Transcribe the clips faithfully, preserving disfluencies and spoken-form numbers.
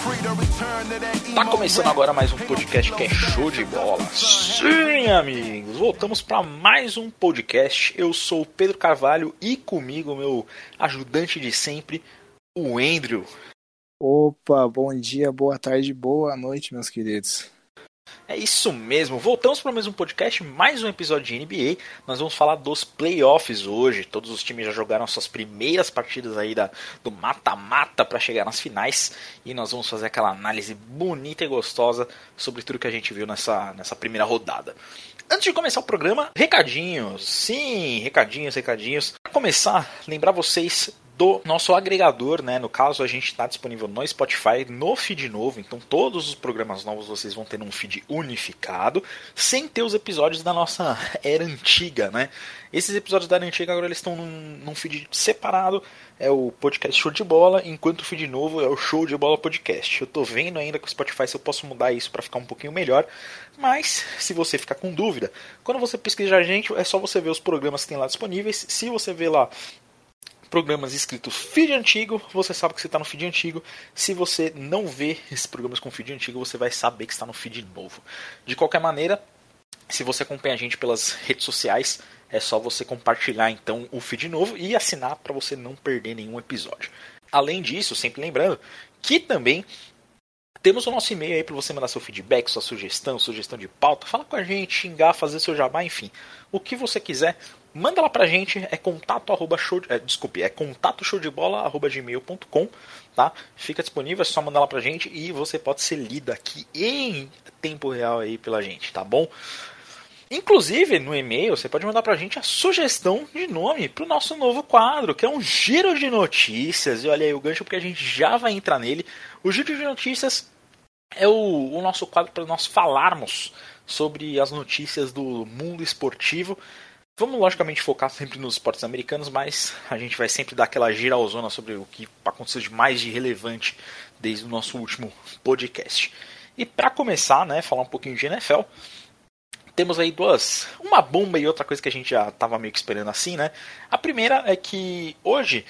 Tá começando agora mais um podcast que é show de bola. Sim, amigos, voltamos para mais um podcast. Eu sou o Pedro Carvalho e comigo meu ajudante de sempre, o Andrew. Opa, bom dia, boa tarde, boa noite, meus queridos. É isso mesmo, voltamos para mais um podcast, mais um episódio de N B A. Nós vamos falar dos playoffs hoje. Todos os times já jogaram suas primeiras partidas aí da, do mata-mata para chegar nas finais. E nós vamos fazer aquela análise bonita e gostosa sobre tudo que a gente viu nessa, nessa primeira rodada. Antes de começar o programa, recadinhos. Sim, recadinhos, recadinhos. Para começar, lembrar vocês do nosso agregador, né? No caso, a gente está disponível no Spotify, no feed novo, então todos os programas novos vocês vão ter num feed unificado, sem ter os episódios da nossa era antiga, né? Esses episódios da era antiga agora eles estão num, num feed separado, é o podcast Show de Bola, enquanto o feed novo é o Show de Bola Podcast. Eu tô vendo ainda com o Spotify se eu posso mudar isso para ficar um pouquinho melhor, mas se você ficar com dúvida, quando você pesquisar a gente, é só você ver os programas que tem lá disponíveis. Se você vê lá programas escritos feed antigo, você sabe que você está no feed antigo. Se você não vê esses programas com feed antigo, você vai saber que está no feed novo. De qualquer maneira, se você acompanha a gente pelas redes sociais, é só você compartilhar então o feed novo e assinar para você não perder nenhum episódio. Além disso, sempre lembrando que também temos o nosso e-mail aí para você mandar seu feedback, sua sugestão, sugestão de pauta, falar com a gente, xingar, fazer seu jabá, enfim. O que você quiser, manda lá pra gente, é contato arroba show, é, desculpe, é contato showdebola arroba gmail ponto com, tá? Fica disponível, é só mandar lá pra gente e você pode ser lido aqui em tempo real aí pela gente, tá bom? Inclusive, no e-mail, você pode mandar pra gente a sugestão de nome pro nosso novo quadro, que é um giro de notícias. E olha aí o gancho, porque a gente já vai entrar nele. O giro de notícias é o, o nosso quadro para nós falarmos sobre as notícias do mundo esportivo. Vamos, logicamente, focar sempre nos esportes americanos, mas a gente vai sempre dar aquela geralzona sobre o que aconteceu de mais de relevante desde o nosso último podcast. E para começar, né, falar um pouquinho de N F L, temos aí duas, uma bomba e outra coisa que a gente já estava meio que esperando assim, né? A primeira é que hoje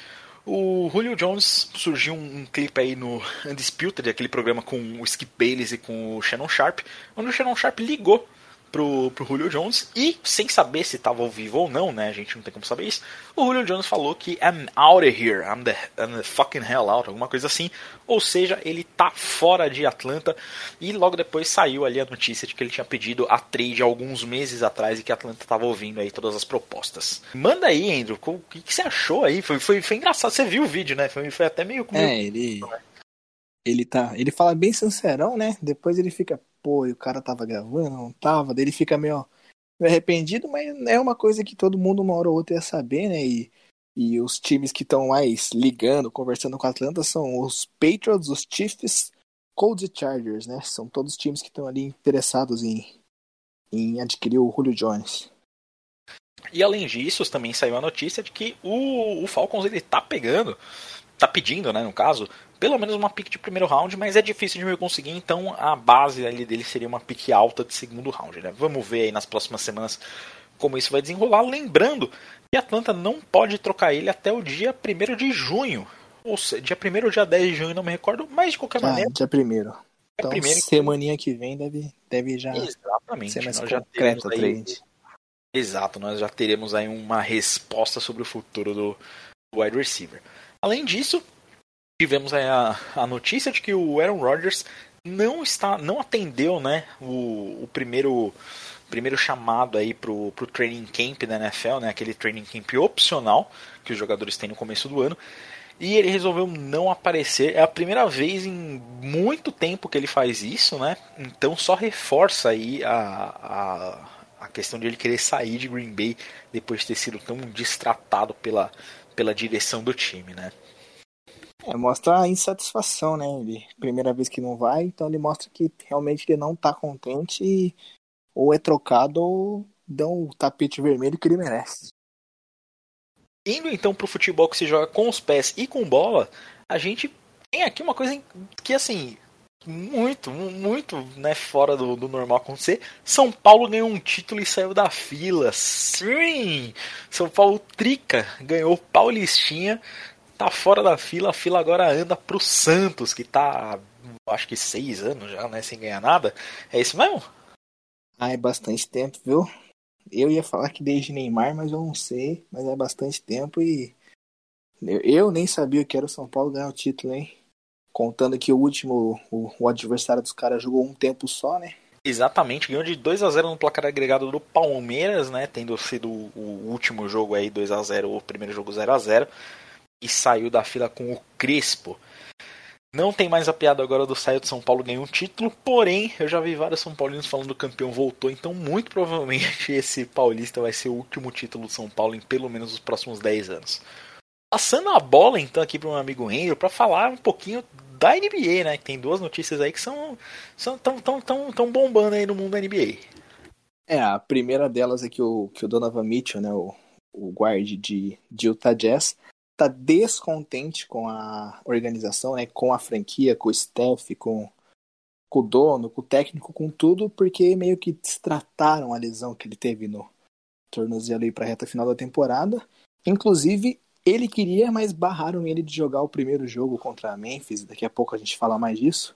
o Julio Jones surgiu um, um clipe aí no Undisputed, aquele programa com o Skip Bayless e com o Shannon Sharp, onde o Shannon Sharp ligou pro, pro Julio Jones e, sem saber se estava ao vivo ou não, né, a gente não tem como saber isso, o Julio Jones falou que I'm out of here, I'm the, I'm the fucking hell out, alguma coisa assim, ou seja, ele tá fora de Atlanta, e logo depois saiu ali a notícia de que ele tinha pedido a trade alguns meses atrás e que a Atlanta tava ouvindo aí todas as propostas. Manda aí, Andrew, o que, que você achou aí? Foi, foi, foi engraçado, você viu o vídeo, né? Foi, foi até meio... É, ele, ele tá, ele fala bem sincerão, né? Depois ele fica, pô, e o cara tava gravando, não tava, daí ele fica meio, meio arrependido, mas é uma coisa que todo mundo uma hora ou outra ia saber, né? E, e os times que estão mais ligando, conversando com a Atlanta são os Patriots, os Chiefs, Colts e Chargers, né? São todos times que estão ali interessados em, em adquirir o Julio Jones. E além disso, também saiu a notícia de que o, o Falcons ele tá pegando, tá pedindo, né, no caso, pelo menos uma pick de primeiro round, mas é difícil de me conseguir, então a base ali dele seria uma pick alta de segundo round, né? Vamos ver aí nas próximas semanas como isso vai desenrolar, lembrando que a Atlanta não pode trocar ele até o dia primeiro de junho, ou seja, dia primeiro ou dia dez de junho, não me recordo, mas de qualquer Ah, maneira... dia primeiro. Então, primeiro... semaninha que vem deve, deve já Exatamente, ser mais nós concreto já a trade. Exato, nós já teremos aí uma resposta sobre o futuro do wide receiver. Além disso, tivemos aí a, a notícia de que o Aaron Rodgers não está, não atendeu, né, o, o primeiro, primeiro chamado aí pro, pro training camp da N F L, né, aquele training camp opcional que os jogadores têm no começo do ano. E ele resolveu não aparecer. É a primeira vez em muito tempo que ele faz isso, né? Então só reforça aí a, a, a questão de ele querer sair de Green Bay depois de ter sido tão destratado pela, pela direção do time, né? É, mostra a insatisfação, né? Ele, primeira vez que não vai, então ele mostra que realmente ele não tá contente e ou é trocado ou dão o tapete vermelho que ele merece. Indo então pro futebol que se joga com os pés e com bola, a gente tem aqui uma coisa que, assim, muito, muito, né, fora do, do normal acontecer. São Paulo ganhou um título e saiu da fila. Sim! São Paulo trica, ganhou Paulistinha, tá fora da fila. A fila agora anda pro Santos, que tá acho que seis anos já, né, sem ganhar nada. É isso mesmo? Ah, é bastante tempo, viu? Eu ia falar que desde Neymar, mas eu não sei. Mas é bastante tempo e eu, eu nem sabia que era o São Paulo ganhar o título, hein? Contando que o último, o, o adversário dos caras jogou um tempo só, né? Exatamente, ganhou de dois a zero no placar agregado do Palmeiras, né, tendo sido o último jogo aí dois a zero, o primeiro jogo zero a zero, e saiu da fila com o Crespo. Não tem mais a piada agora do saiu de São Paulo ganhou um título, porém eu já vi vários São Paulinos falando que o campeão voltou, então muito provavelmente esse paulista vai ser o último título do São Paulo em pelo menos os próximos dez anos. Passando a bola então aqui para o meu amigo Andrew para falar um pouquinho da N B A, né? Que tem duas notícias aí que são, são tão, tão, tão, tão bombando aí no mundo da N B A. É, a primeira delas é que o, que o Donovan Mitchell, né, o, o guard de, de Utah Jazz, tá descontente com a organização, né, com a franquia, com o staff, com, com o dono, com o técnico, com tudo, porque meio que destrataram a lesão que ele teve no tornozelo aí pra reta final da temporada. Inclusive, ele queria, mas barraram ele de jogar o primeiro jogo contra a Memphis. Daqui a pouco a gente fala mais disso.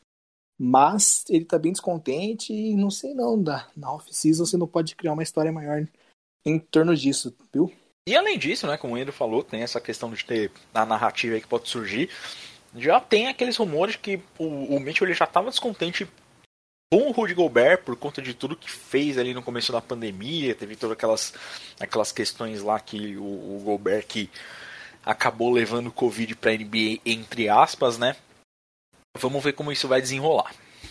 Mas ele tá bem descontente e não sei não, da, na off-season você não pode criar uma história maior em torno disso, viu? E além disso, né, como o Andrew falou, tem essa questão de ter a narrativa aí que pode surgir. Já tem aqueles rumores que o, o Mitchell ele já estava descontente com o Rudy Gobert por conta de tudo que fez ali no começo da pandemia. Teve todas aquelas, aquelas questões lá que o, o Gobert que acabou levando o Covid para a N B A, entre aspas, né? Vamos ver como isso vai desenrolar.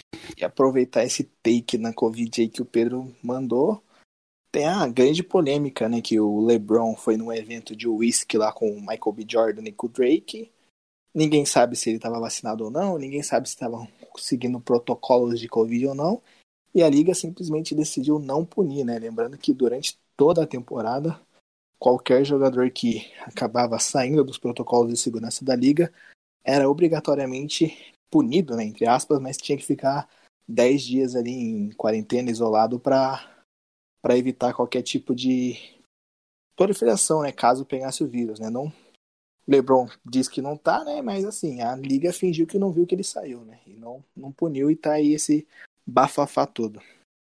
E aproveitar esse take na Covid aí que o Pedro mandou, tem a grande polêmica, né? Que o LeBron foi num evento de whisky lá com o Michael B. Jordan e com o Drake. Ninguém sabe se ele estava vacinado ou não, ninguém sabe se estavam seguindo protocolos de Covid ou não. E a Liga simplesmente decidiu não punir, né? Lembrando que durante toda a temporada, qualquer jogador que acabava saindo dos protocolos de segurança da Liga era obrigatoriamente punido, né? Entre aspas, mas tinha que ficar dez dias ali em quarentena, isolado, para para evitar qualquer tipo de proliferação, né? Caso pegasse o vírus, né? Não... LeBron diz que não tá, né? Mas assim, a Liga fingiu que não viu que ele saiu, né? E não, não puniu e tá aí esse bafafá todo.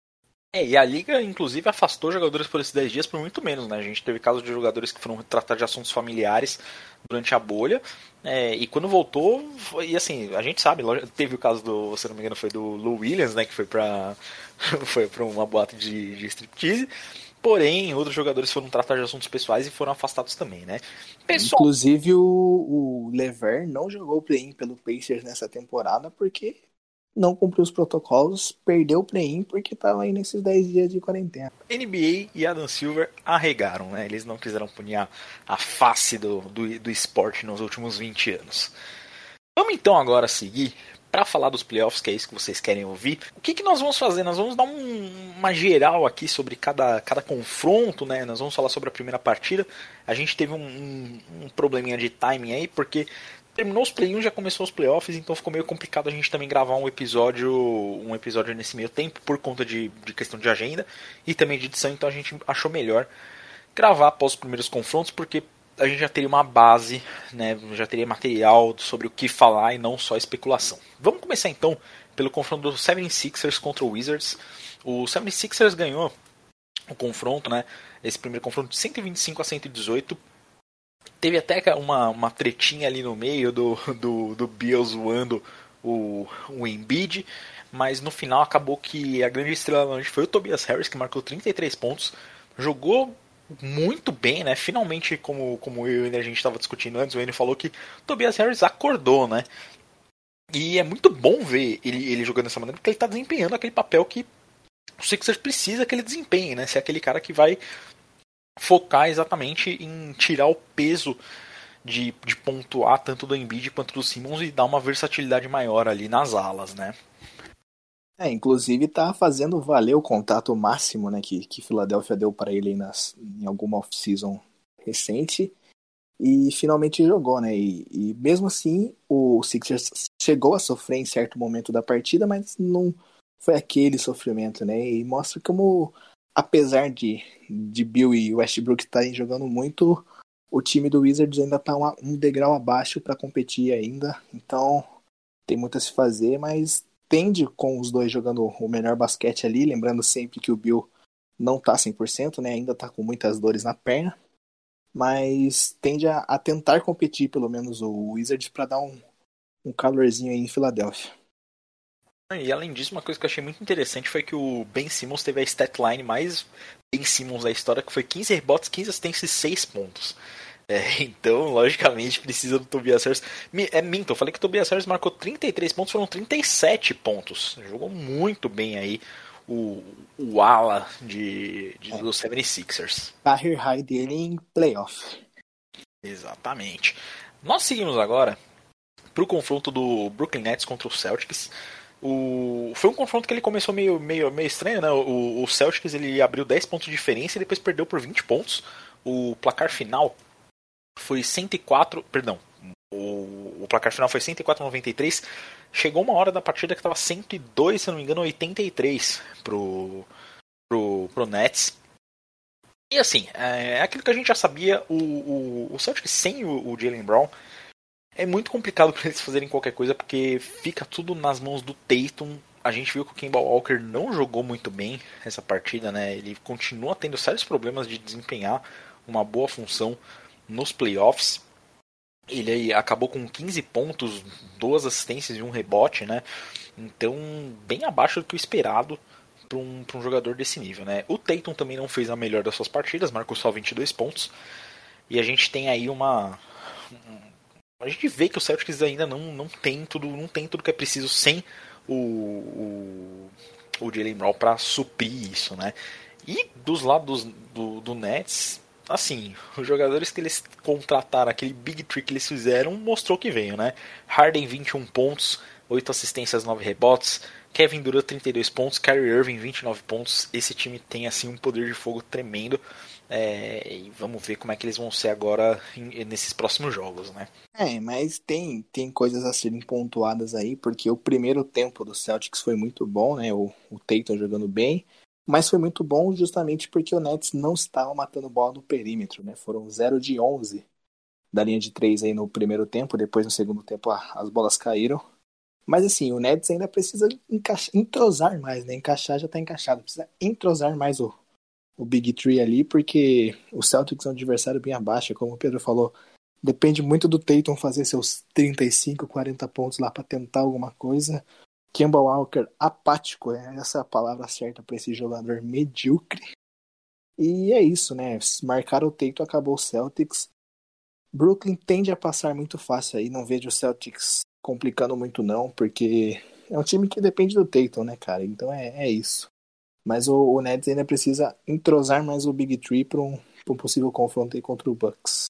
É, e a Liga, inclusive, afastou jogadores por esses dez dias por muito menos, né? A gente teve casos de jogadores que foram tratar de assuntos familiares durante a bolha, é, e quando voltou, foi, e assim, a gente sabe, teve o caso do, se não me engano, foi do Lou Williams, né? Que foi pra, foi pra uma boate de, de striptease. Porém, outros jogadores foram tratar de assuntos pessoais e foram afastados também, né? Pessoal... Inclusive, o, o Lever não jogou o play-in pelo Pacers nessa temporada porque não cumpriu os protocolos, perdeu o play-in porque estava aí nesses dez dias de quarentena. N B A e Adam Silver arregaram, né? Eles não quiseram punir a, a face do, do, do esporte nos últimos vinte anos. Vamos então agora seguir para falar dos playoffs, que é isso que vocês querem ouvir. O que, que nós vamos fazer? Nós vamos dar um, uma geral aqui sobre cada, cada confronto, né? Nós vamos falar sobre a primeira partida. A gente teve um, um, um probleminha de timing aí, porque terminou os play-ins, já começou os playoffs, então ficou meio complicado a gente também gravar um episódio um episódio nesse meio tempo, por conta de, de questão de agenda e também de edição, então a gente achou melhor gravar após os primeiros confrontos, porque a gente já teria uma base, né, já teria material sobre o que falar e não só especulação. Vamos começar então pelo confronto do setenta e seis ers contra o Wizards. O setenta e seis ers ganhou o confronto, né, esse primeiro confronto de cento e vinte e cinco a cento e dezoito. Teve até uma, uma tretinha ali no meio do, do, do Beal zoando o, o Embiid, mas no final acabou que a grande estrela da noite foi o Tobias Harris, que marcou trinta e três pontos, jogou muito bem, né? Finalmente, como, como eu e a gente estava discutindo antes, o Enio falou que o Tobias Harris acordou, né? E é muito bom ver ele, ele jogando dessa maneira, porque ele está desempenhando aquele papel que o Sixers precisa que ele desempenhe, né? Ser aquele cara que vai focar exatamente em tirar o peso de, de pontuar tanto do Embiid quanto do Simmons e dar uma versatilidade maior ali nas alas, né? É, inclusive tá fazendo valer o contato máximo, né, que, que Philadelphia deu para ele nas, em alguma off-season recente e finalmente jogou, né, e, e mesmo assim o Sixers chegou a sofrer em certo momento da partida, mas não foi aquele sofrimento, né, e mostra como, apesar de, de Bill e Westbrook estarem jogando muito, o time do Wizards ainda tá uma, um degrau abaixo para competir ainda, então tem muito a se fazer, mas tende com os dois jogando o melhor basquete ali, lembrando sempre que o Bill não tá cem por cento, né? Ainda tá com muitas dores na perna, mas tende a, a tentar competir, pelo menos, o Wizards para dar um, um calorzinho aí em Filadélfia. E além disso, uma coisa que eu achei muito interessante foi que o Ben Simmons teve a statline mais Ben Simmons da história, que foi quinze rebotes, quinze assistências e seis pontos. É, então, logicamente, precisa do Tobias Harris. É, minto, eu falei que o Tobias Harris marcou trinta e três pontos, foram trinta e sete pontos. Jogou muito bem aí o, o ala de, de, É. dos setenta e sixers. Career high dele em playoff. Exatamente. Nós seguimos agora para o confronto do Brooklyn Nets contra o Celtics. O... Foi um confronto que ele começou meio, meio, meio estranho, né? O, o Celtics ele abriu dez pontos de diferença e depois perdeu por vinte pontos. O placar final foi cento e quatro, perdão, o, o placar final foi cento e quatro a noventa e três. Chegou uma hora da partida que estava cento e dois, se não me engano, oitenta e três pro, pro, pro Nets. E assim, é aquilo que a gente já sabia, o, o, o Celtics sem o, o Jaylen Brown é muito complicado para eles fazerem qualquer coisa, porque fica tudo nas mãos do Tatum. A gente viu que o Kemba Walker não jogou muito bem essa partida, né? Ele continua tendo sérios problemas de desempenhar uma boa função nos playoffs. Ele acabou com quinze pontos, duas assistências e um rebote, né? Então, bem abaixo do que o esperado para um, para um jogador desse nível, né? O Tatum também não fez a melhor das suas partidas, marcou só vinte e dois pontos. E a gente tem aí uma... A gente vê que o Celtics ainda não, não, tem, tudo, não tem tudo que é preciso sem o, o, o Jaylen Brown para suprir isso, né? E dos lados do, do Nets, assim, os jogadores que eles contrataram, aquele Big Tree que eles fizeram, mostrou que veio, né? Harden vinte e um pontos, oito assistências, nove rebotes. Kevin Durant trinta e dois pontos, Kyrie Irving vinte e nove pontos. Esse time tem assim um poder de fogo tremendo. É, e vamos ver como é que eles vão ser agora em, nesses próximos jogos, né? É, mas tem, tem coisas a serem pontuadas aí, porque o primeiro tempo do Celtics foi muito bom, né? O, o Tatum jogando bem, mas foi muito bom justamente porque o Nets não estava matando bola no perímetro, né? Foram zero de onze da linha de três aí no primeiro tempo, depois no segundo tempo as bolas caíram. Mas assim, o Nets ainda precisa encaixar, entrosar mais, né? Encaixar já tá encaixado, precisa entrosar mais o, o Big Three ali, porque o Celtics é um adversário bem abaixo, como o Pedro falou, depende muito do Tatum fazer seus trinta e cinco, quarenta pontos lá para tentar alguma coisa. Kemba Walker apático, é essa a palavra certa para esse jogador medíocre. E é isso, né? Marcaram o Tatum, acabou o Celtics. Brooklyn tende a passar muito fácil aí, não vejo o Celtics complicando muito não, porque é um time que depende do Tatum, né, cara? Então é, é isso. Mas o, o Nets ainda precisa entrosar mais o Big Three para um, um possível confronto aí contra o Bucks.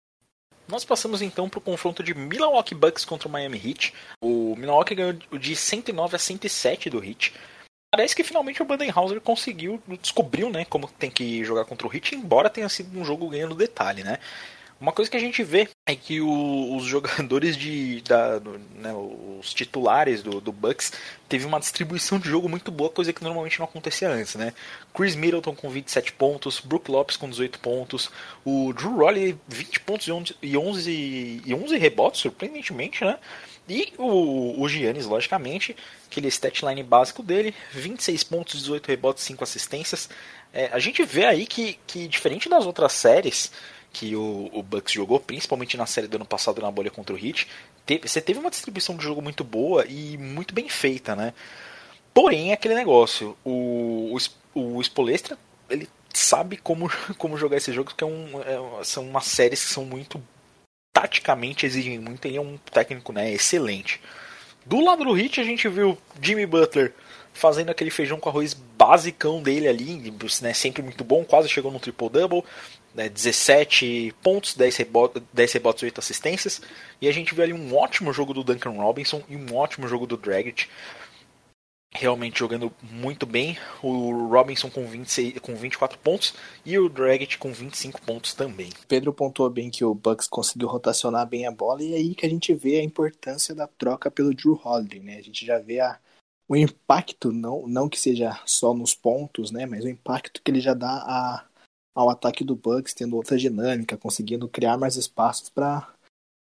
Nós passamos então para o confronto de Milwaukee Bucks contra o Miami Heat. O Milwaukee ganhou de cento e nove a cento e sete do Heat. Parece que finalmente o Budenholzer conseguiu, descobriu, né, como tem que jogar contra o Heat, embora tenha sido um jogo ganhando detalhe, né? Uma coisa que a gente vê é que o, os jogadores de. Da, do, né, os titulares do, do Bucks teve uma distribuição de jogo muito boa, coisa que normalmente não acontecia antes, né? Chris Middleton com vinte e sete pontos, Brook Lopes com dezoito pontos, o Drew Holiday vinte pontos e onze, e onze rebotes, surpreendentemente, né? E o, o Giannis, logicamente, aquele statline básico dele, vinte e seis pontos, dezoito rebotes, cinco assistências. É, a gente vê aí que, que diferente das outras séries que o, o Bucks jogou, principalmente na série do ano passado na bolha contra o Heat, teve, você teve uma distribuição de jogo muito boa e muito bem feita, né? Porém, é aquele negócio, o, o, o Spoelstra, ele sabe como, como jogar esse jogo, porque é um, é, são umas séries que são muito, taticamente exigem muito, ele é um técnico, né, excelente. Do lado do Heat, a gente viu Jimmy Butler fazendo aquele feijão com arroz basicão dele ali, né, sempre muito bom, quase chegou no triple-double, né, dezessete pontos, dez rebotes, dez rebotes e oito assistências, e a gente viu ali um ótimo jogo do Duncan Robinson e um ótimo jogo do Dragic, realmente jogando muito bem, o Robinson com, vinte e seis, com vinte e quatro pontos e o Dragic com vinte e cinco pontos também. Pedro pontuou bem que o Bucks conseguiu rotacionar bem a bola, e é aí que a gente vê a importância da troca pelo Drew Holiday, né? A gente já vê a, o impacto, não, não que seja só nos pontos, né? Mas o impacto que ele já dá a, ao ataque do Bucks, tendo outra dinâmica, conseguindo criar mais espaços para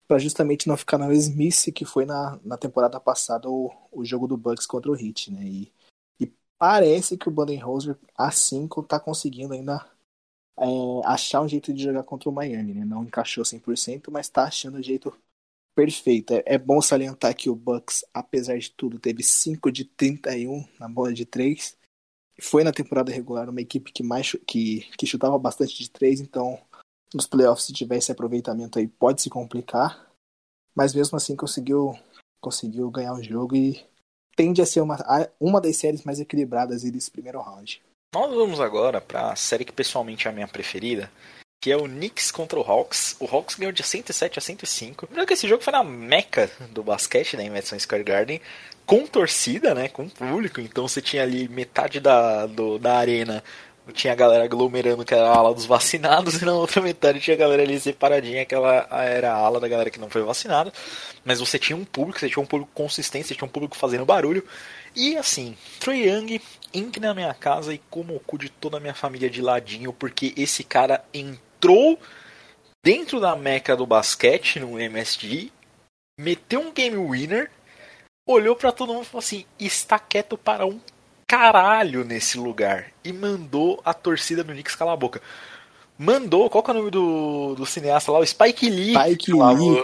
para justamente não ficar na mesmice que foi na, na temporada passada o, o jogo do Bucks contra o Heat, né? E, e parece que o Budenholzer, assim, tá conseguindo ainda é, achar um jeito de jogar contra o Miami, né? Não encaixou cem por cento, mas tá achando o jeito perfeito. É, é bom salientar que o Bucks, apesar de tudo, teve cinco de trinta e um na bola de três. Foi na temporada regular uma equipe que mais que, que chutava bastante de três, então nos playoffs, se tiver esse aproveitamento aí, pode se complicar. Mas mesmo assim conseguiu, conseguiu ganhar o jogo e tende a ser uma, uma das séries mais equilibradas desse primeiro round. Nós vamos agora para a série que pessoalmente é a minha preferida, que é o Knicks contra o Hawks. O Hawks ganhou de cento e sete a cento e cinco. Lembrando que esse jogo foi na meca do basquete, né, em Madison Square Garden, com torcida, né, com público. Então você tinha ali metade da, do, da arena, tinha a galera aglomerando, que era a ala dos vacinados, e na outra metade tinha a galera ali separadinha, que ela era a ala da galera que não foi vacinada. Mas você tinha um público, você tinha um público consistente, você tinha um público fazendo barulho. E assim, Trae Young entre na minha casa e como o cu de toda a minha família de ladinho, porque esse cara entrou dentro da meca do basquete no M S G, meteu um game winner, olhou pra todo mundo e falou assim: está quieto para um caralho nesse lugar, e mandou a torcida do Knicks calar a boca. Mandou, qual que é o nome do, do cineasta lá? O Spike Lee. Spike Lee.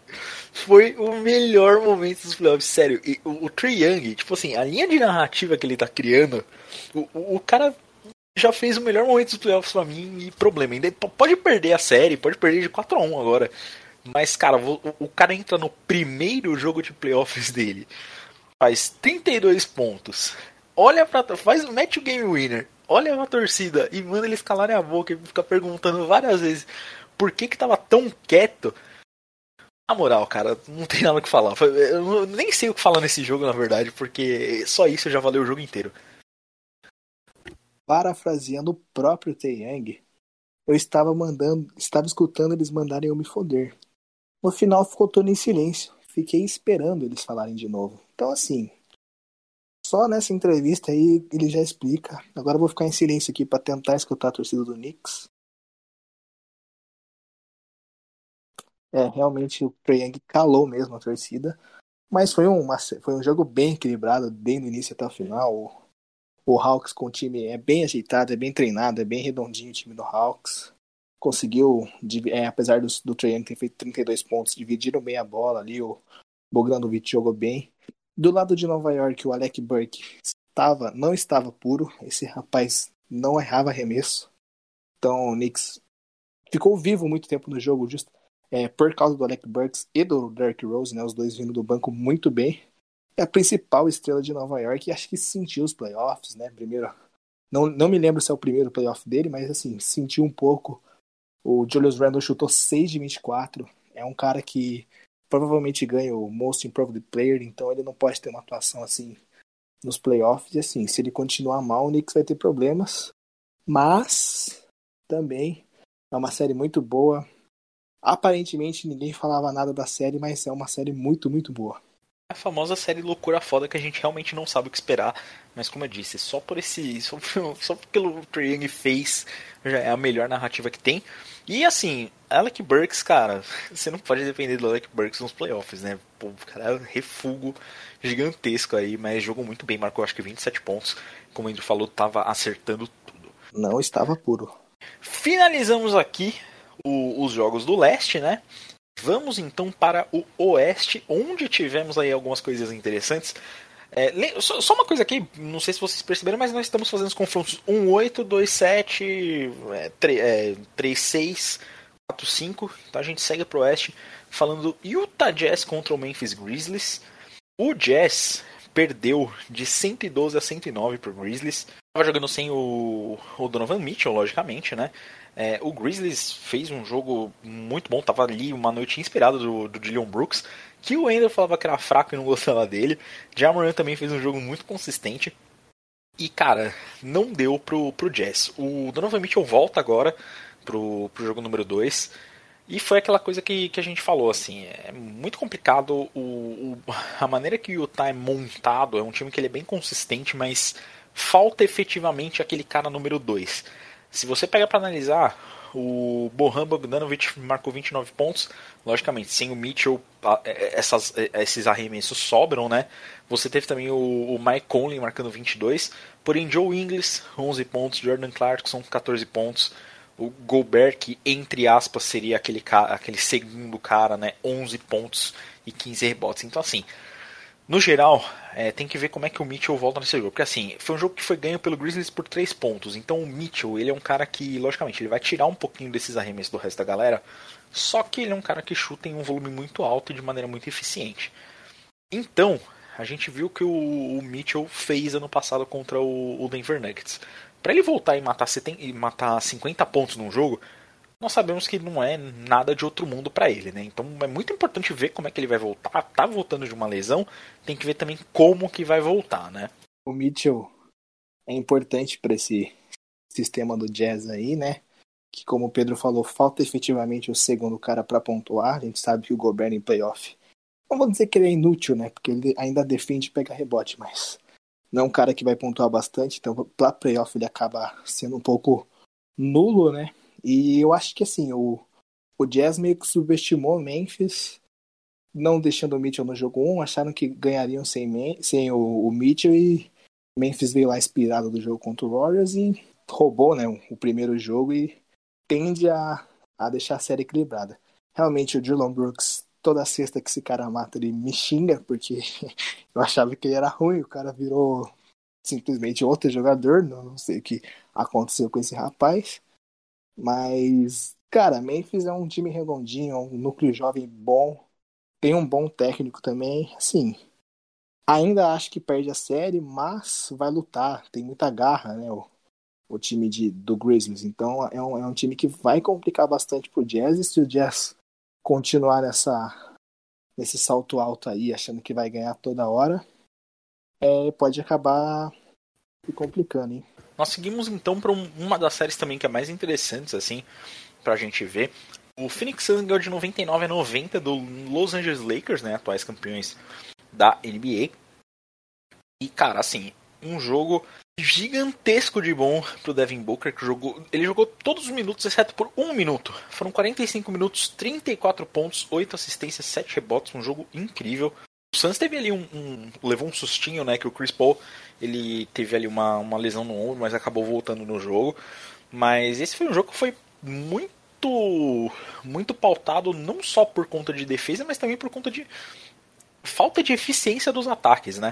Foi o melhor momento dos playoffs, sério. E o, o Trae Young, tipo assim, a linha de narrativa que ele tá criando, o, o, o cara já fez o melhor momento dos playoffs pra mim, e problema, ainda pode perder a série, pode perder de quatro a um agora, mas cara, o, o cara entra no primeiro jogo de playoffs dele, faz trinta e dois pontos, olha pra faz, mete o game winner, olha pra torcida e manda eles calarem a boca e fica perguntando várias vezes por que que tava tão quieto. Na moral, cara, não tem nada o que falar. Eu nem sei o que falar nesse jogo, na verdade, porque só isso já valeu o jogo inteiro. Parafraseando o próprio Trae Young, eu estava mandando, estava escutando eles mandarem eu me foder. No final ficou todo em silêncio. Fiquei esperando eles falarem de novo. Então, assim, só nessa entrevista aí ele já explica. Agora eu vou ficar em silêncio aqui para tentar escutar a torcida do Knicks. É, realmente o Trae Young calou mesmo a torcida. Mas foi, uma, foi um jogo bem equilibrado, desde o início até o final. O, o Hawks com o time é bem ajeitado, é bem treinado, é bem redondinho o time do Hawks. Conseguiu, é, apesar do, do Trae Young ter feito trinta e dois pontos, dividiram bem a bola ali. O Bogdanovic jogou bem. Do lado de Nova York, o Alec Burke estava, não estava puro. Esse rapaz não errava arremesso. Então o Knicks ficou vivo muito tempo no jogo, just, é, por causa do Alec Burks e do Derrick Rose, né, os dois vindo do banco muito bem. É a principal estrela de Nova York e acho que sentiu os playoffs, né? Primeiro, não, não me lembro se é o primeiro playoff dele, mas assim, sentiu um pouco. O Julius Randle chutou seis de vinte e quatro. É um cara que provavelmente ganha o Most Improved Player, então ele não pode ter uma atuação assim nos playoffs. E assim, se ele continuar mal, o Knicks vai ter problemas. Mas também é uma série muito boa. Aparentemente ninguém falava nada da série, mas é uma série muito, muito boa. A famosa série loucura foda que a gente realmente não sabe o que esperar. Mas como eu disse, só por esse. Só, só pelo Trae Young fez, já é a melhor narrativa que tem. E assim, Alec Burks, cara, você não pode depender do Alec Burks nos playoffs, né? Pô, o cara é um refugo gigantesco aí, mas jogou muito bem, marcou acho que vinte e sete pontos. Como o Andrew falou, tava acertando tudo. Não estava puro. Finalizamos aqui o, os jogos do leste, né? Vamos então para o oeste, onde tivemos aí algumas coisas interessantes. É, só, só uma coisa aqui, não sei se vocês perceberam, mas nós estamos fazendo os confrontos um oito, dois sete, é, três seis, quatro cinco. Então a gente segue para o oeste falando Utah Jazz contra o Memphis Grizzlies. O Jazz perdeu de cento e doze a cento e nove para o Grizzlies. Estava jogando sem o, o Donovan Mitchell, logicamente, né? É, o Grizzlies fez um jogo muito bom, tava ali uma noite inspirada do, do Dillon Brooks, que o Ender falava que era fraco e não gostava dele. Ja Morant também fez um jogo muito consistente. E, cara, não deu pro, pro Jazz. O Donovan Mitchell volta agora pro, pro jogo número dois. E foi aquela coisa que, que a gente falou, assim, é muito complicado. O, o, a maneira que o Utah é montado, é um time que ele é bem consistente, mas falta efetivamente aquele cara número dois. Se você pega para analisar, o Bojan Bogdanovic marcou vinte e nove pontos. Logicamente, sem o Mitchell, essas, esses arremessos sobram, né? Você teve também o, o Mike Conley marcando vinte e dois. Porém, Joe Ingles, onze pontos. Jordan Clarkson, catorze pontos. O Gobert, que entre aspas seria aquele, aquele segundo cara, né? onze pontos e quinze rebotes. Então, assim, no geral, é, tem que ver como é que o Mitchell volta nesse jogo. Porque, assim, foi um jogo que foi ganho pelo Grizzlies por três pontos. Então, o Mitchell, ele é um cara que, logicamente, ele vai tirar um pouquinho desses arremessos do resto da galera. Só que ele é um cara que chuta em um volume muito alto e de maneira muito eficiente. Então, a gente viu que o, o Mitchell fez ano passado contra o, o Denver Nuggets. Para ele voltar e matar, setenta, e matar cinquenta pontos num jogo, nós sabemos que não é nada de outro mundo para ele, né? Então é muito importante ver como é que ele vai voltar. Tá voltando de uma lesão, tem que ver também como que vai voltar, né? O Mitchell é importante para esse sistema do Jazz aí, né? Que, como o Pedro falou, falta efetivamente o segundo cara para pontuar. A gente sabe que o Gobert em playoff, não vou dizer que ele é inútil, né? Porque ele ainda defende e pega rebote, mas não é um cara que vai pontuar bastante, então para playoff ele acaba sendo um pouco nulo, né? E eu acho que assim, o, o Jazz meio que subestimou o Memphis, não deixando o Mitchell no jogo um, acharam que ganhariam sem, sem o, o Mitchell, e o Memphis veio lá inspirado do jogo contra o Warriors e roubou, né, o, o primeiro jogo e tende a, a deixar a série equilibrada. Realmente o Dillon Brooks, toda sexta que esse cara mata, ele me xinga, porque eu achava que ele era ruim, o cara virou simplesmente outro jogador, não sei o que aconteceu com esse rapaz, mas, cara, Memphis é um time redondinho, é um núcleo jovem bom, tem um bom técnico também, assim, ainda acho que perde a série, mas vai lutar, tem muita garra, né, o, o time de, do Grizzlies, então é um, é um time que vai complicar bastante pro Jazz, e se o Jazz continuar nessa, nesse salto alto aí, achando que vai ganhar toda hora, é, pode acabar se complicando, hein. Nós seguimos então para um, uma das séries também que é mais interessantes, assim, pra gente ver. O Phoenix Suns ganhou de noventa e nove a noventa do Los Angeles Lakers, né, atuais campeões da N B A. E, cara, assim, um jogo gigantesco de bom pro Devin Booker, que jogou, ele jogou todos os minutos, exceto por um minuto. Foram quarenta e cinco minutos, trinta e quatro pontos, oito assistências, sete rebotes, um jogo incrível. O Suns teve ali um, um... levou um sustinho, né, que o Chris Paul, ele teve ali uma, uma lesão no ombro, mas acabou voltando no jogo. Mas esse foi um jogo que foi muito muito pautado, não só por conta de defesa, mas também por conta de falta de eficiência dos ataques, né?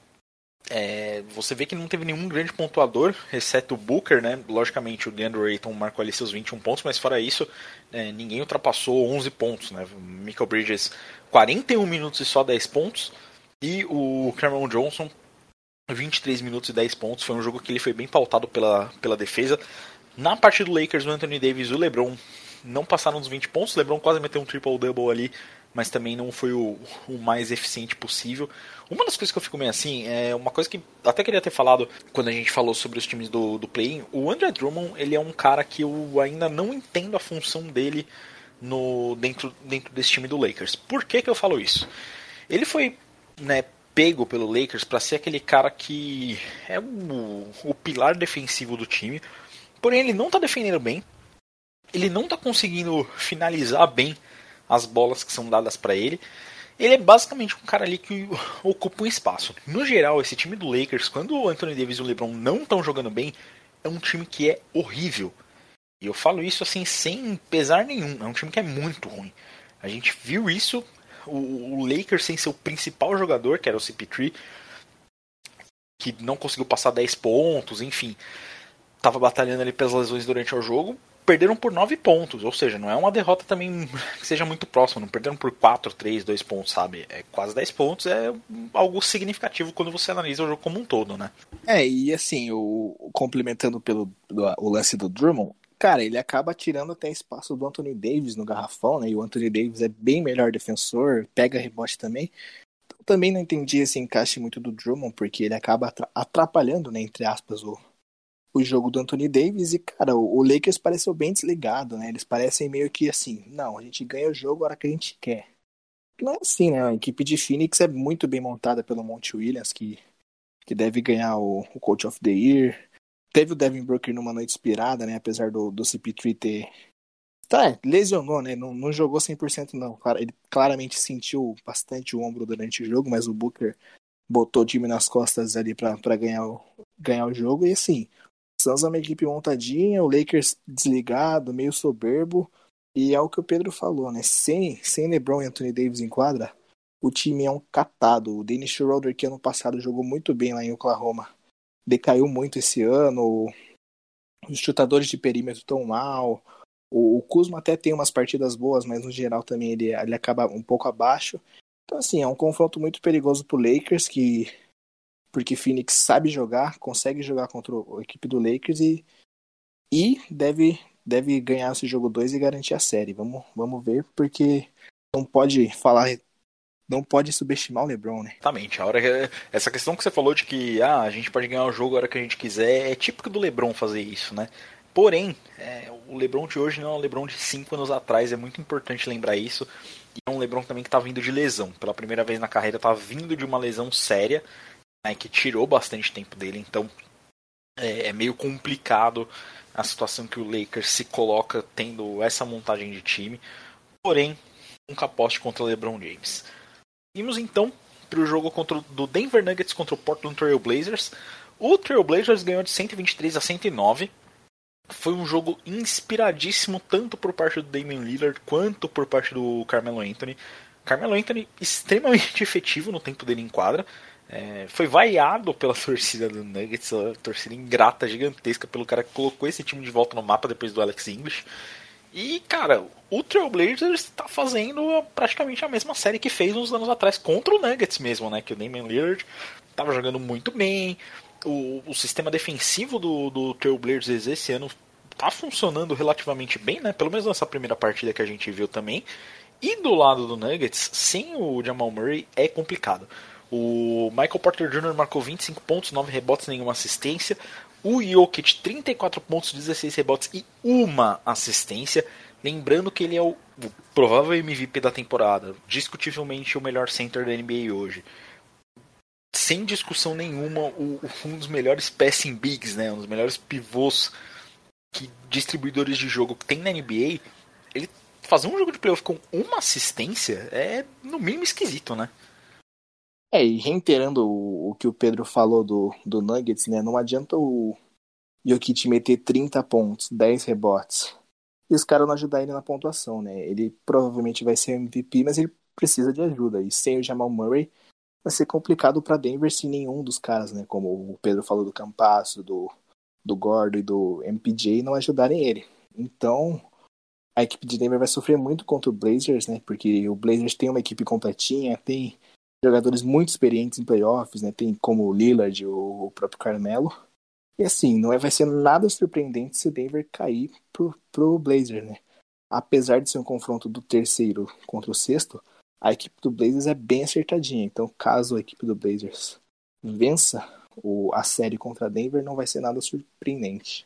É, você vê que não teve nenhum grande pontuador, exceto o Booker, né? Logicamente o DeAndre Ayton marcou ali seus vinte e um pontos, mas fora isso, é, ninguém ultrapassou onze pontos, né? O Michael Bridges, quarenta e um minutos e só dez pontos, e o Cameron Johnson, vinte e três minutos e dez pontos. Foi um jogo que ele foi bem pautado pela, pela defesa. Na parte do Lakers, o Anthony Davis e o LeBron não passaram dos vinte pontos. O LeBron quase meteu um triple-double ali, mas também não foi o, o mais eficiente possível. Uma das coisas que eu fico meio assim, é uma coisa que até queria ter falado quando a gente falou sobre os times do, do play-in. O Andre Drummond, ele é um cara que eu ainda não entendo a função dele no, dentro, dentro desse time do Lakers. Por que que eu falo isso? Ele foi, né, pego pelo Lakers para ser aquele cara que é o, o pilar defensivo do time. Porém, ele não tá defendendo bem. Ele não tá conseguindo finalizar bem as bolas que são dadas para ele. Ele é basicamente um cara ali que ocupa um espaço. No geral, esse time do Lakers, quando o Anthony Davis e o LeBron não estão jogando bem, é um time que é horrível. E eu falo isso assim sem pesar nenhum. É um time que é muito ruim. A gente viu isso. O, o Lakers sem seu principal jogador, que era o C P três, que não conseguiu passar dez pontos, enfim, estava batalhando ali pelas lesões durante o jogo, perderam por nove pontos, ou seja, não é uma derrota também que seja muito próxima, não perderam por quatro, três, dois pontos, sabe? É quase dez pontos, é algo significativo quando você analisa o jogo como um todo, né? É, e assim, o, complementando pelo o lance do Drummond, cara, ele acaba tirando até espaço do Anthony Davis no garrafão, né? E o Anthony Davis é bem melhor defensor, pega rebote também. Então, também não entendi esse encaixe muito do Drummond, porque ele acaba atrapalhando, né, entre aspas, o, o jogo do Anthony Davis. E, cara, o, o Lakers pareceu bem desligado, né? Eles parecem meio que assim, não, a gente ganha o jogo a hora que a gente quer. Não é assim, né? A equipe de Phoenix é muito bem montada pelo Monty Williams, que, que deve ganhar o, o Coach of the Year. teve o Devin Booker numa noite inspirada, né? Apesar do, do C P três ter... Tá, lesionou, né? Não, não jogou cem por cento não. Ele claramente sentiu bastante o ombro durante o jogo, mas o Booker botou o time nas costas ali pra, pra ganhar, o, ganhar o jogo. E assim, o Suns é uma equipe montadinha, o Lakers desligado, meio soberbo. E é o que o Pedro falou, né? Sem, sem LeBron e Anthony Davis em quadra, o time é um catado. O Dennis Schroeder, que ano passado jogou muito bem lá em Oklahoma, decaiu muito esse ano. Os chutadores de perímetro estão mal. O, o Kuzma até tem umas partidas boas, mas no geral também ele, ele acaba um pouco abaixo. Então, assim, é um confronto muito perigoso pro Lakers, que, porque Phoenix sabe jogar, consegue jogar contra a equipe do Lakers e, e deve, deve ganhar esse jogo dois e garantir a série. Vamos, vamos ver, porque não pode falar, não pode subestimar o LeBron, né? Exatamente. A hora que, essa questão que você falou de que ah, a gente pode ganhar o jogo a hora que a gente quiser, é típico do LeBron fazer isso, né? Porém, é, o LeBron de hoje não é o LeBron de cinco anos atrás, é muito importante lembrar isso. E é um LeBron também que está vindo de lesão. Pela primeira vez na carreira, está vindo de uma lesão séria, né, que tirou bastante tempo dele. Então, é, é meio complicado a situação que o Lakers se coloca tendo essa montagem de time. Porém, nunca aposte contra o LeBron James. Vimos então para o jogo contra, do Denver Nuggets contra o Portland Trail Blazers. O Trail Blazers ganhou de cento e vinte e três a cento e nove. Foi um jogo inspiradíssimo tanto por parte do Damian Lillard quanto por parte do Carmelo Anthony. Carmelo Anthony extremamente efetivo no tempo dele em quadra. É, foi vaiado pela torcida do Nuggets, a torcida ingrata, gigantesca, pelo cara que colocou esse time de volta no mapa depois do Alex English. E, cara, o Trail Blazers está fazendo praticamente a mesma série que fez uns anos atrás contra o Nuggets mesmo, né? Que o Damian Lillard estava jogando muito bem. O, o sistema defensivo do, do Trail Blazers esse ano tá funcionando relativamente bem, né? Pelo menos nessa primeira partida que a gente viu também. E do lado do Nuggets, sem o Jamal Murray, é complicado. O Michael Porter Júnior marcou vinte e cinco pontos, nove rebotes, nenhuma assistência. O Jokic, trinta e quatro pontos, dezesseis rebotes e uma assistência. Lembrando que ele é o, o provável M V P da temporada. Discutivelmente o melhor center da N B A hoje. Sem discussão nenhuma, o, um dos melhores passing bigs, né? Um dos melhores pivôs que distribuidores de jogo que tem na N B A. Ele fazer um jogo de playoff com uma assistência é no mínimo esquisito, né? É, e reiterando o, o que o Pedro falou do, do Nuggets, né? Não adianta o Jokic meter trinta pontos, dez rebotes, e os caras não ajudar ele na pontuação, né? Ele provavelmente vai ser M V P, mas ele precisa de ajuda. E sem o Jamal Murray, vai ser complicado para Denver sem nenhum dos caras, né? Como o Pedro falou do Campasso, do, do Gordo e do M P J, não ajudarem ele. Então, a equipe de Denver vai sofrer muito contra o Blazers, né? Porque o Blazers tem uma equipe completinha, tem jogadores muito experientes em playoffs, né? Tem como o Lillard, o, o próprio Carmelo. E assim, não é, vai ser nada surpreendente se o Denver cair pro, pro Blazers, né? Apesar de ser um confronto do terceiro contra o sexto, a equipe do Blazers é bem acertadinha. Então, caso a equipe do Blazers vença o, a série contra a Denver, não vai ser nada surpreendente.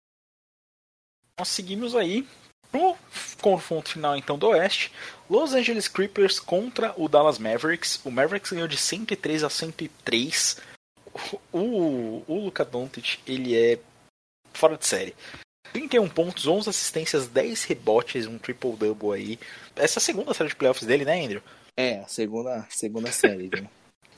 Nós seguimos aí pro confronto final então do Oeste. Los Angeles Clippers contra o Dallas Mavericks. O Mavericks ganhou de cento e três a cento e três. O, o Luka Doncic, ele é fora de série. trinta e um pontos, onze assistências, dez rebotes, um triple-double aí. Essa é a segunda série de playoffs dele, né, Andrew? É, a segunda, segunda série, viu?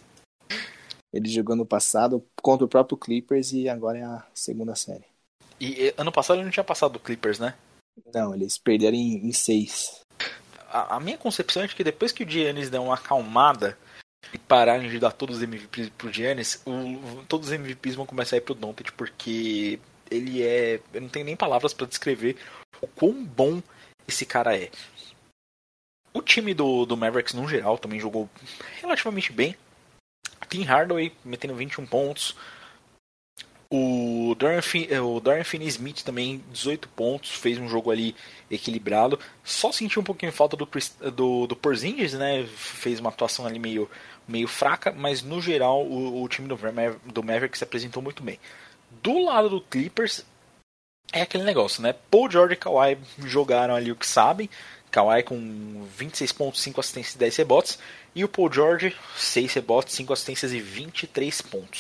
Ele jogou no passado contra o próprio Clippers e agora é a segunda série. E ano passado ele não tinha passado do Clippers, né? Não, eles perderam em, em seis. A, a minha concepção é que depois que o Giannis der uma acalmada e pararem de dar todos os M V Ps pro Giannis, o, todos os M V Ps vão começar a ir pro Doncic, porque ele é... Eu não tenho nem palavras pra descrever o quão bom esse cara é. O time do, do Mavericks, no geral, também jogou relativamente bem. Tim Hardaway metendo vinte e um pontos. O Dorian, o Dorian Finney-Smith também, dezoito pontos, fez um jogo ali equilibrado. Só senti um pouquinho falta do, do, do Porzingis, né? Fez uma atuação ali meio, meio fraca, mas no geral o, o time do, do Mavericks se apresentou muito bem. Do lado do Clippers, é aquele negócio, né? Paul George e Kawhi jogaram ali o que sabem. Kawhi com vinte e seis pontos, cinco assistências e dez rebotes. E o Paul George, seis rebotes, cinco assistências e vinte e três pontos.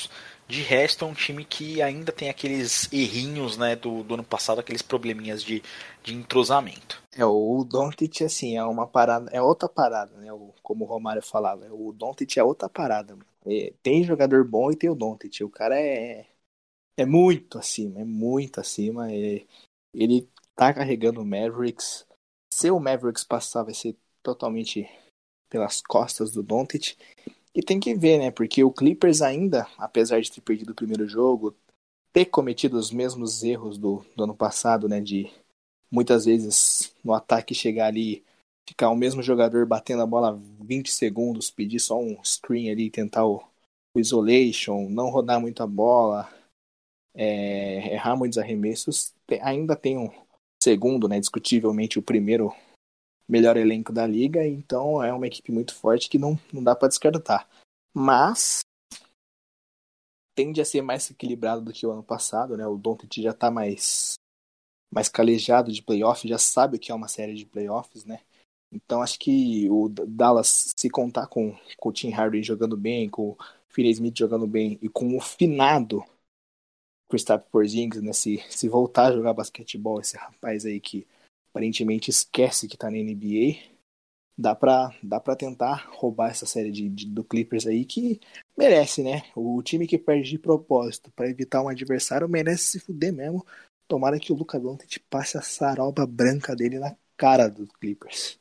De resto, é um time que ainda tem aqueles errinhos, né, do, do ano passado, aqueles probleminhas de, de entrosamento. É, o Doncic, assim, é uma parada, é outra parada, né? O, como o Romário falava, o Doncic é outra parada, mano. É, tem jogador bom e tem o Doncic. O cara é, é muito acima, é muito acima. É, ele tá carregando o Mavericks. Se o Mavericks passar, vai ser totalmente pelas costas do Doncic. E tem que ver, né? Porque o Clippers ainda, apesar de ter perdido o primeiro jogo, ter cometido os mesmos erros do, do ano passado, né? De muitas vezes no ataque chegar ali, ficar o mesmo jogador batendo a bola vinte segundos, pedir só um screen ali, tentar o, o isolation, não rodar muito a bola, é, errar muitos arremessos. Tem, ainda tem um segundo, né? Discutivelmente o primeiro melhor elenco da liga, então é uma equipe muito forte que não, não dá para descartar. Mas tende a ser mais equilibrado do que o ano passado, né? O Doncic já tá mais, mais calejado de playoff, já sabe o que é uma série de playoffs, né? Então acho que o Dallas, se contar com, com o Tim Hardaway jogando bem, com o Finney Smith jogando bem e com o finado Kristaps Porzingis, né? Se, se voltar a jogar basquetebol, esse rapaz aí que aparentemente esquece que tá na N B A, dá pra, dá pra tentar roubar essa série de, de, do Clippers aí, que merece, né? O time que perde de propósito pra evitar um adversário merece se fuder mesmo. Tomara que o Luka Doncic passe a saroba branca dele na cara dos Clippers.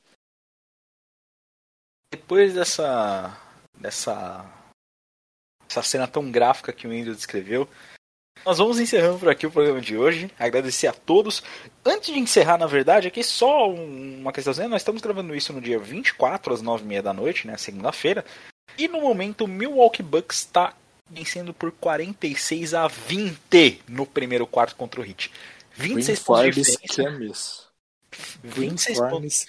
Depois dessa, dessa essa cena tão gráfica que o Andrew descreveu, nós vamos encerrando por aqui o programa de hoje. Agradecer a todos. Antes de encerrar, na verdade, aqui só uma questãozinha. Nós estamos gravando isso no dia vinte e quatro, às nove e meia da noite, né? Segunda-feira. E no momento o Milwaukee Bucks está vencendo por quarenta e seis a vinte no primeiro quarto contra o Heat. vinte e seis pontos de diferença. vinte e seis pontos.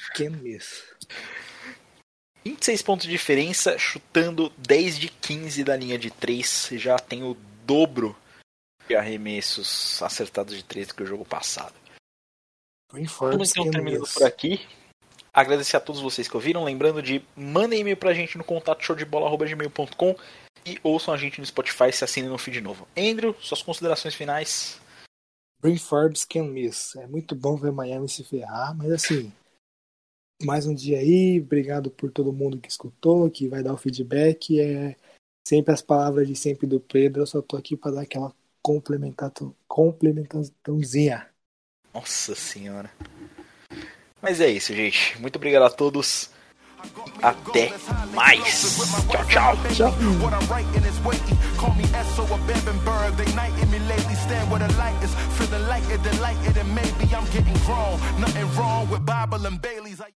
vinte e seis pontos de diferença, chutando dez de quinze da linha de três. Já tem o dobro de arremessos acertados de três do que o jogo passado. Vamos então terminando por aqui. Agradecer a todos vocês que ouviram. Lembrando de mandem e-mail pra gente no contato showdebola arroba gmail ponto com e ouçam a gente no Spotify, se assinem no feed novo. Andrew, suas considerações finais. Bryn Forbes can miss. É muito bom ver Miami se ferrar, mas assim, mais um dia aí. Obrigado por todo mundo que escutou, que vai dar o feedback. É sempre as palavras de sempre do Pedro. Eu só tô aqui pra dar aquela complementaçãozinha. Nossa senhora. Mas é isso, gente. Muito obrigado a todos. Até mais. Tchau, tchau. Tchau. Nothing wrong with Bible and Bailey's.